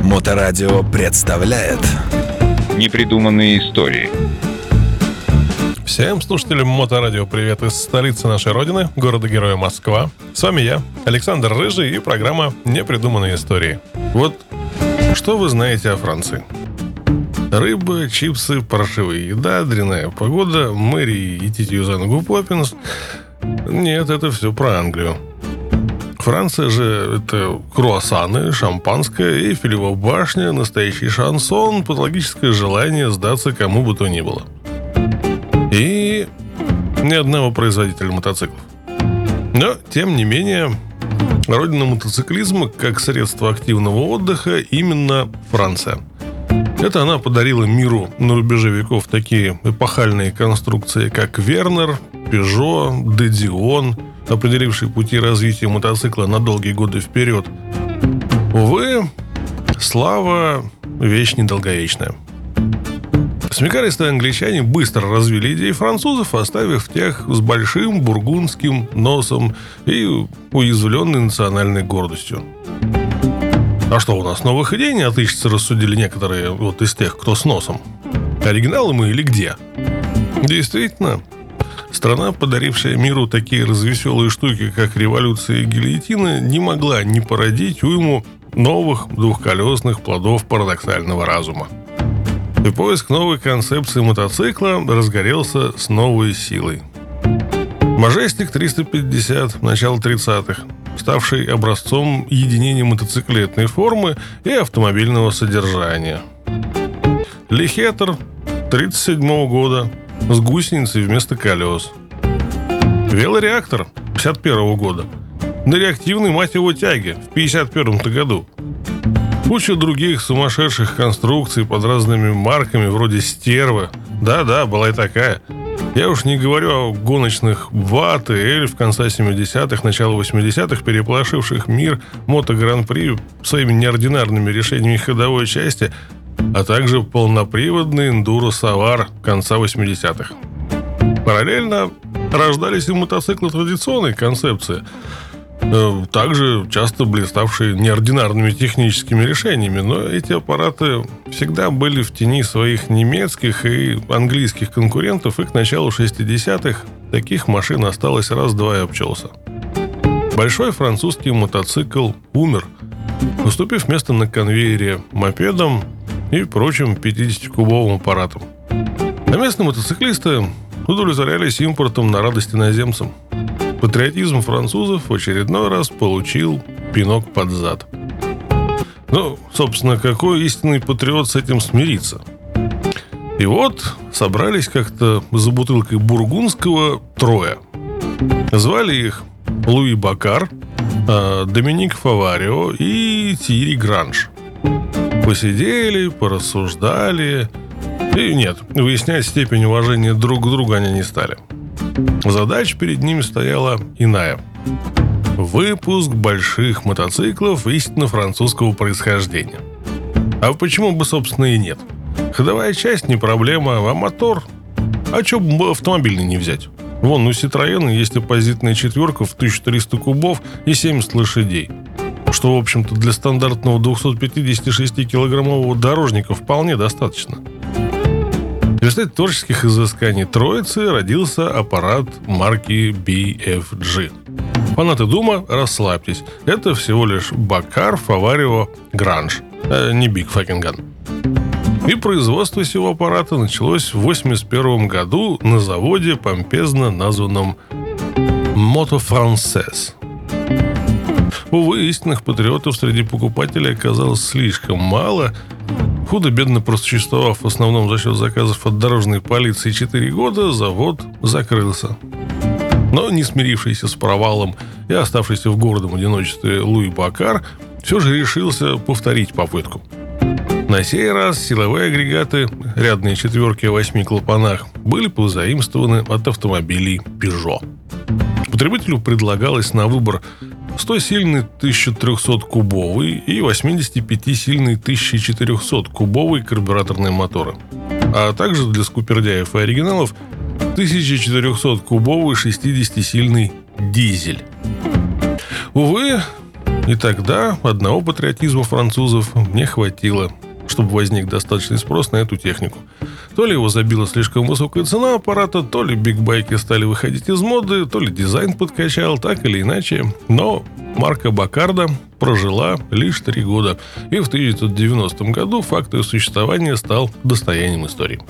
Моторадио представляет Непридуманные истории. Всем слушателям Моторадио привет из столицы нашей родины, города-героя Москва. С вами я, Александр Рыжий, и программа «Непридуманные истории». Вот что вы знаете о Франции? Рыба, чипсы, паршивая еда, дрянная погода, Мэри и Титюзан Поппинс. Нет, это все про Англию. Франция же это круассаны, шампанское, Эйфелева башня, настоящий шансон, патологическое желание сдаться кому бы то ни было. И ни одного производителя мотоциклов. Но, тем не менее, родина мотоциклизма как средство активного отдыха именно Франция. Это она подарила миру на рубеже веков такие эпохальные конструкции, как Вернер, Пежо, Дедион, определившие пути развития мотоцикла на долгие годы вперед. Увы, слава вещь недолговечная. Смекалистые англичане быстро развили идеи французов, оставив тех с большим бургундским носом и уязвленной национальной гордостью. А что, у нас новых идей не отыщется, рассудили некоторые вот из тех, кто с носом. Оригиналы мы или где? Действительно, страна, подарившая миру такие развеселые штуки, как революция и гильотина, не могла не породить уйму новых двухколесных плодов парадоксального разума. И поиск новой концепции мотоцикла разгорелся с новой силой. Majestic 350 начала 30-х, ставший образцом единения мотоциклетной формы и автомобильного содержания. Лихетер 1937 года с гусеницей вместо колес. Велореактор 1951 года на реактивной, мать его, тяге в 1951 году. Куча других сумасшедших конструкций под разными марками, вроде «Стерва». Да-да, была и такая. Я уж не говорю о гоночных «Ватт» и «Эль» в конце 70-х, начало 80-х, переполошивших мир мото-гран-при своими неординарными решениями ходовой части, а также полноприводный «Эндуро Савар» конца 80-х. Параллельно рождались и мотоциклы традиционной концепции, также часто блиставшие неординарными техническими решениями, но эти аппараты всегда были в тени своих немецких и английских конкурентов, и к началу 60-х таких машин осталось раз-два и обчелся. Большой французский мотоцикл умер, уступив место на конвейере мопедам и прочим 50-кубовым аппаратам. А местные мотоциклисты удовлетворялись импортом на радость иноземцам. Патриотизм французов в очередной раз получил пинок под зад. Ну, собственно, какой истинный патриот с этим смирится? И вот собрались как-то за бутылкой бургундского трое. Звали их Луи Бакар, Доминик Фаварио и Тьерри Гранж. Посидели, порассуждали. И нет, выяснять степень уважения друг к другу они не стали. Задача перед ними стояла иная. Выпуск больших мотоциклов истинно французского происхождения. А почему бы, собственно, и нет? Ходовая часть не проблема, а мотор? А чё бы автомобильный не взять? Вон, у Citroёn есть оппозитная четверка в 1300 кубов и 70 лошадей. Что, в общем-то, для стандартного 256-килограммового дорожника вполне достаточно. В результате творческих изысканий троицы родился аппарат марки BFG. Фанаты Дума, расслабьтесь. Это всего лишь Бакар, Фаварио, Гранж, не Big Fucking Gun. И производство сего аппарата началось в 1981 году на заводе, помпезно названном Moto Française. Увы, истинных патриотов среди покупателей оказалось слишком мало. Худо-бедно просуществовав в основном за счет заказов от дорожной полиции 4 года, завод закрылся. Но не смирившийся с провалом и оставшийся в гордом одиночестве Луи Бакар все же решился повторить попытку. На сей раз силовые агрегаты, рядные четверки о 8 клапанах, были позаимствованы от автомобилей Peugeot. Потребителю предлагалось на выбор 100-сильный 1300-кубовый и 85-сильный 1400-кубовый карбюраторные моторы, а также для скупердяев и оригиналов 1400-кубовый 60-сильный дизель. Увы, И тогда одного патриотизма французов не хватило, чтобы возник достаточный спрос на эту технику. То ли его забила слишком высокая цена аппарата, то ли бигбайки стали выходить из моды, то ли дизайн подкачал, так или иначе. Но марка Бакарда прожила лишь 3 года, и в 1990 году факт ее существования стал достоянием истории.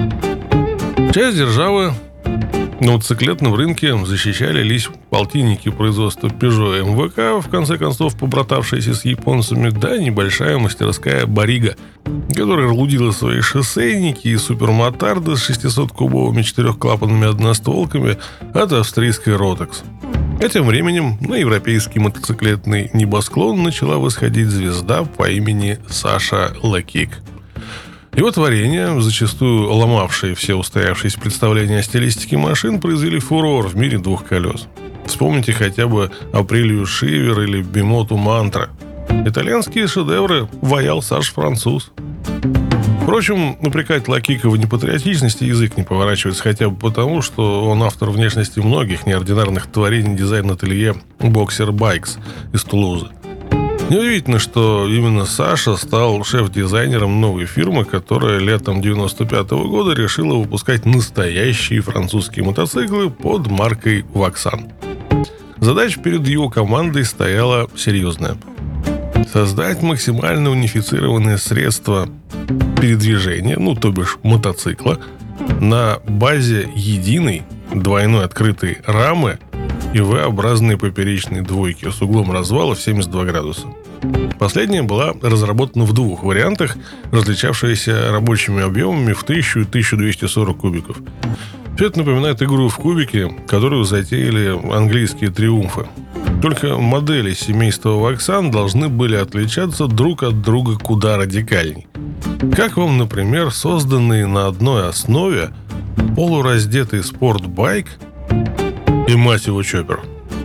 Часть державы на мотоциклетном рынке защищали лишь полтинники производства Peugeot и МВК, в конце концов побратавшиеся с японцами, да небольшая мастерская Барига, которая лудила свои шоссейники и супермотарды с 600-кубовыми 4-клапанными одностволками от австрийской Rotax. А тем временем на европейский мотоциклетный небосклон начала восходить звезда по имени Саша Лекик. Его творения, зачастую ломавшие все устоявшиеся представления о стилистике машин, произвели фурор в мире двух колес. Вспомните хотя бы Априлию Шивер или Бимоту Мантра. Итальянские шедевры ваял Саш француз. Впрочем, упрекать Лекика в непатриотичности язык не поворачивается, хотя бы потому, что он автор внешности многих неординарных творений дизайн-ателье Boxer Bikes из Тулузы. Неудивительно, что именно Саша стал шеф-дизайнером новой фирмы, которая летом 1995 года решила выпускать настоящие французские мотоциклы под маркой Waxan. Задача перед его командой стояла серьезная. Создать максимально унифицированное средство передвижения, то бишь мотоцикла, на базе единой двойной открытой рамы и V-образной поперечной двойки с углом развала в 72 градуса. Последняя была разработана в 2 вариантах, различавшиеся рабочими объемами в 1000 и 1240 кубиков. Все это напоминает игру в кубики, которую затеяли английские триумфы. Только модели семейства Waxan должны были отличаться друг от друга куда радикальней. Как вам, например, созданный на одной основе полураздетый спортбайк и, мать его, чоппер.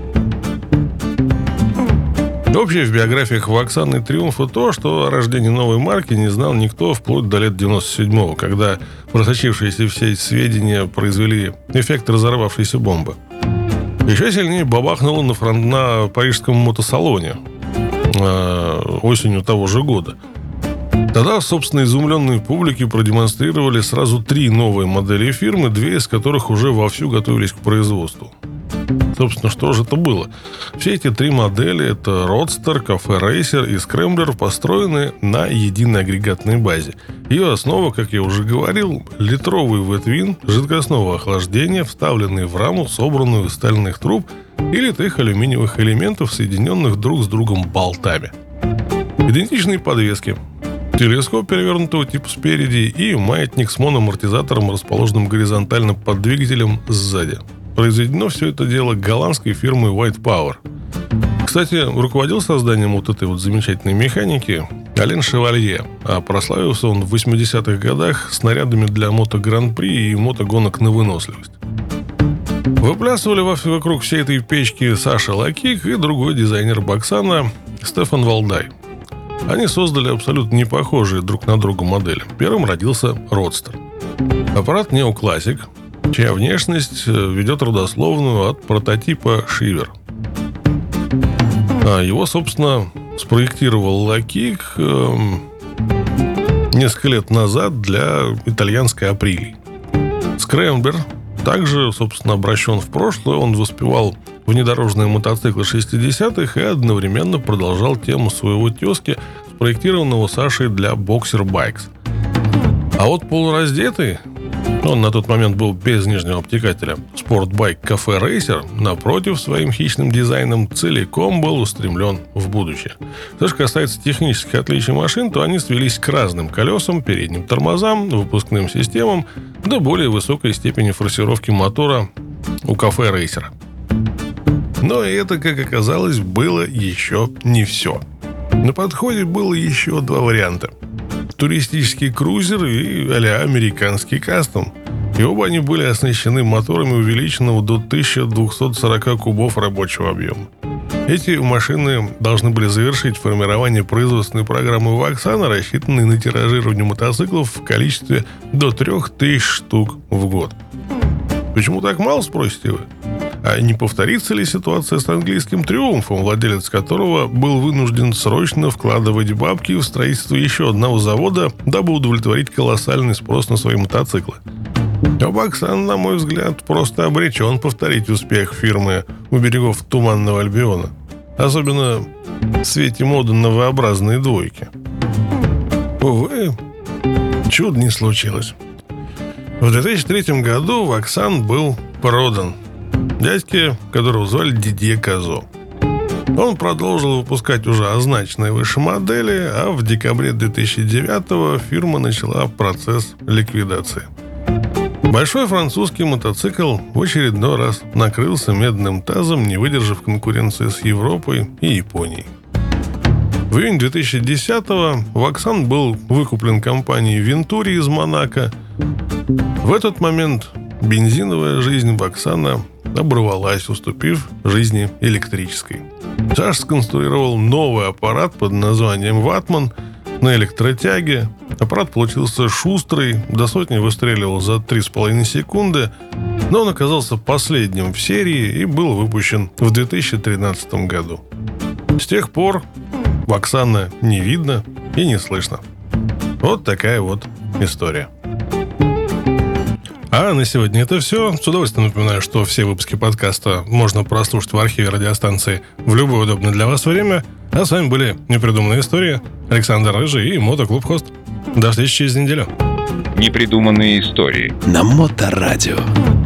Общее в биографиях Waxan и Триумфа то, что о рождении новой марки не знал никто вплоть до лет 97-го, когда просочившиеся в сеть сведения произвели эффект разорвавшейся бомбы. Еще сильнее бабахнуло на парижском мотосалоне осенью того же года. Тогда, собственно, изумленной публике продемонстрировали сразу 3 новые модели фирмы, 2 из которых уже вовсю готовились к производству. Собственно, что же это было? Все эти 3 модели – это Roadster, Cafe Racer и Scrambler, построены на единой агрегатной базе. Ее основа, как я уже говорил, литровый V-twin жидкостного охлаждения, вставленный в раму, собранную из стальных труб и литых алюминиевых элементов, соединенных друг с другом болтами. Идентичные подвески. Телескоп перевернутого типа спереди и маятник с моноамортизатором, расположенным горизонтально под двигателем сзади. Произведено все это дело голландской фирмой White Power. Кстати, руководил созданием вот этой вот замечательной механики Ален Шевалье, а прославился он в 80-х годах снарядами для мото-гран-при и мотогонок на выносливость. Выплясывали вокруг всей этой печки Саша Лекик и другой дизайнер Баксана Стефан Валдай. Они создали абсолютно не похожие друг на друга модели. Первым родился Roadster. Аппарат Neo-Classic, чья внешность ведет родословную от прототипа Шивер. Его, собственно, спроектировал Лекик несколько лет назад для итальянской Априлии. Scrambler также, собственно, обращен в прошлое. Он воспевал внедорожные мотоциклы 60-х и одновременно продолжал тему своего тезки, спроектированного Сашей для Boxer Bikes. А вот полураздетый, он на тот момент был без нижнего обтекателя, спортбайк Cafe Racer, напротив, своим хищным дизайном целиком был устремлен в будущее. Что же касается технических отличий машин, то они свелись к разным колесам, передним тормозам, выпускным системам, до более высокой степени форсировки мотора у Cafe Racer. Но это, как оказалось, было еще не все. На подходе было еще 2 варианта. Туристический крузер и а-ля американский кастом. И оба они были оснащены моторами увеличенного до 1240 кубов рабочего объема. Эти машины должны были завершить формирование производственной программы Waxan, рассчитанной на тиражирование мотоциклов в количестве до 3000 штук в год. Почему так мало, спросите вы? А не повторится ли ситуация с английским триумфом, владелец которого был вынужден срочно вкладывать бабки в строительство еще одного завода, дабы удовлетворить колоссальный спрос на свои мотоциклы? А Баксан, на мой взгляд, просто обречен повторить успех фирмы у берегов Туманного Альбиона. Особенно в свете моды на V-образные двойки. Увы, чудо не случилось. В 2003 году Ваксан был продан дядьке, которого звали Дидье Казо. Он продолжил выпускать уже означенные выше модели, а в декабре 2009-го фирма начала процесс ликвидации. Большой французский мотоцикл в очередной раз накрылся медным тазом, не выдержав конкуренции с Европой и Японией. В июне 2010-го Ваксан был выкуплен компанией Вентури из Монако. В этот момент бензиновая жизнь Ваксана оборвалась, уступив жизни электрической. Саш сконструировал новый аппарат под названием «Ватман» на электротяге. Аппарат получился шустрый, до сотни выстреливал за 3,5 секунды, но он оказался последним в серии и был выпущен в 2013 году. С тех пор Ваксана не видно и не слышно. Вот такая вот история. А на сегодня это все. С удовольствием напоминаю, что все выпуски подкаста можно прослушать в архиве радиостанции в любое удобное для вас время. А с вами были «Непридуманные истории», Александр Рыжий и Мотоклуб Хост. До встречи через неделю. Непридуманные истории. На Моторадио.